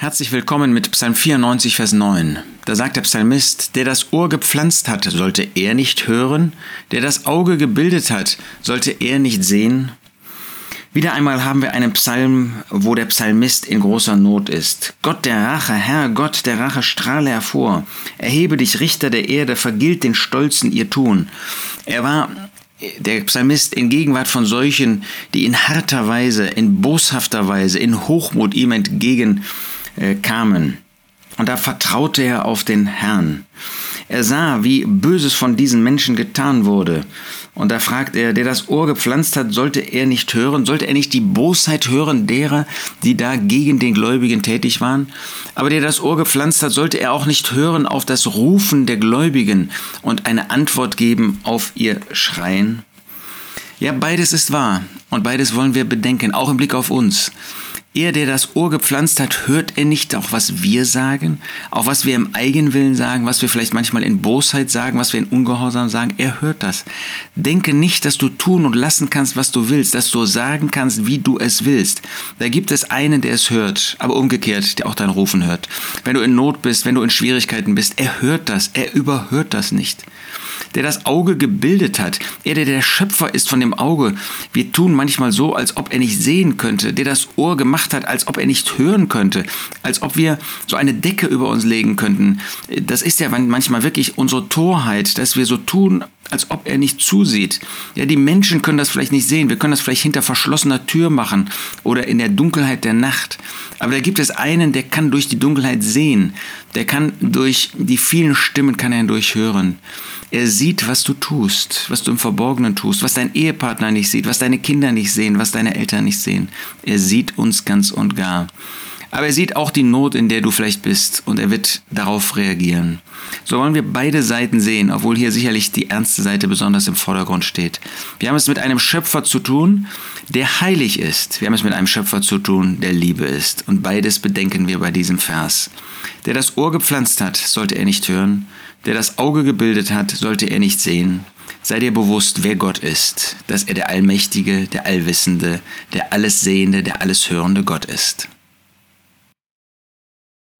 Herzlich willkommen mit Psalm 94, Vers 9. Da sagt der Psalmist, der das Ohr gepflanzt hat, sollte er nicht hören? Der das Auge gebildet hat, sollte er nicht sehen? Wieder einmal haben wir einen Psalm, wo der Psalmist in großer Not ist. Gott der Rache, Herr Gott der Rache, strahle hervor. Erhebe dich, Richter der Erde, vergilt den Stolzen ihr Tun. Der Psalmist in Gegenwart von solchen, die in harter Weise, in boshafter Weise, in Hochmut ihm entgegenkamen. Und da vertraute er auf den Herrn. Er sah, wie Böses von diesen Menschen getan wurde. Und da fragt er, der das Ohr gepflanzt hat, sollte er nicht hören? Sollte er nicht die Bosheit hören derer, die da gegen den Gläubigen tätig waren? Aber der das Ohr gepflanzt hat, sollte er auch nicht hören auf das Rufen der Gläubigen und eine Antwort geben auf ihr Schreien? Ja, beides ist wahr und beides wollen wir bedenken, auch im Blick auf uns. Er, der das Ohr gepflanzt hat, hört er nicht auch, was wir sagen? Auch was wir im Eigenwillen sagen, was wir vielleicht manchmal in Bosheit sagen, was wir in Ungehorsam sagen? Er hört das. Denke nicht, dass du tun und lassen kannst, was du willst, dass du sagen kannst, wie du es willst. Da gibt es einen, der es hört, aber umgekehrt, der auch dein Rufen hört. Wenn du in Not bist, wenn du in Schwierigkeiten bist, er hört das, er überhört das nicht. Der das Auge gebildet hat, er, der Schöpfer ist von dem Auge. Wir tun manchmal so, als ob er nicht sehen könnte, der das Ohr gemacht hat, als ob er nicht hören könnte, als ob wir so eine Decke über uns legen könnten. Das ist ja manchmal wirklich unsere Torheit, dass wir so tun, als ob er nicht zusieht. Ja, die Menschen können das vielleicht nicht sehen, wir können das vielleicht hinter verschlossener Tür machen oder in der Dunkelheit der Nacht. Aber da gibt es einen, der kann durch die Dunkelheit sehen, der kann durch die vielen Stimmen kann er hindurch hören. Er sieht, was du tust, was du im Verborgenen tust, was dein Ehepartner nicht sieht, was deine Kinder nicht sehen, was deine Eltern nicht sehen. Er sieht uns ganz und gar. Aber er sieht auch die Not, in der du vielleicht bist, und er wird darauf reagieren. So wollen wir beide Seiten sehen, obwohl hier sicherlich die ernste Seite besonders im Vordergrund steht. Wir haben es mit einem Schöpfer zu tun, der heilig ist. Wir haben es mit einem Schöpfer zu tun, der Liebe ist. Und beides bedenken wir bei diesem Vers. Der das Ohr gepflanzt hat, sollte er nicht hören. Der das Auge gebildet hat, sollte er nicht sehen. Sei dir bewusst, wer Gott ist, dass er der Allmächtige, der Allwissende, der Allessehende, der Alleshörende Gott ist.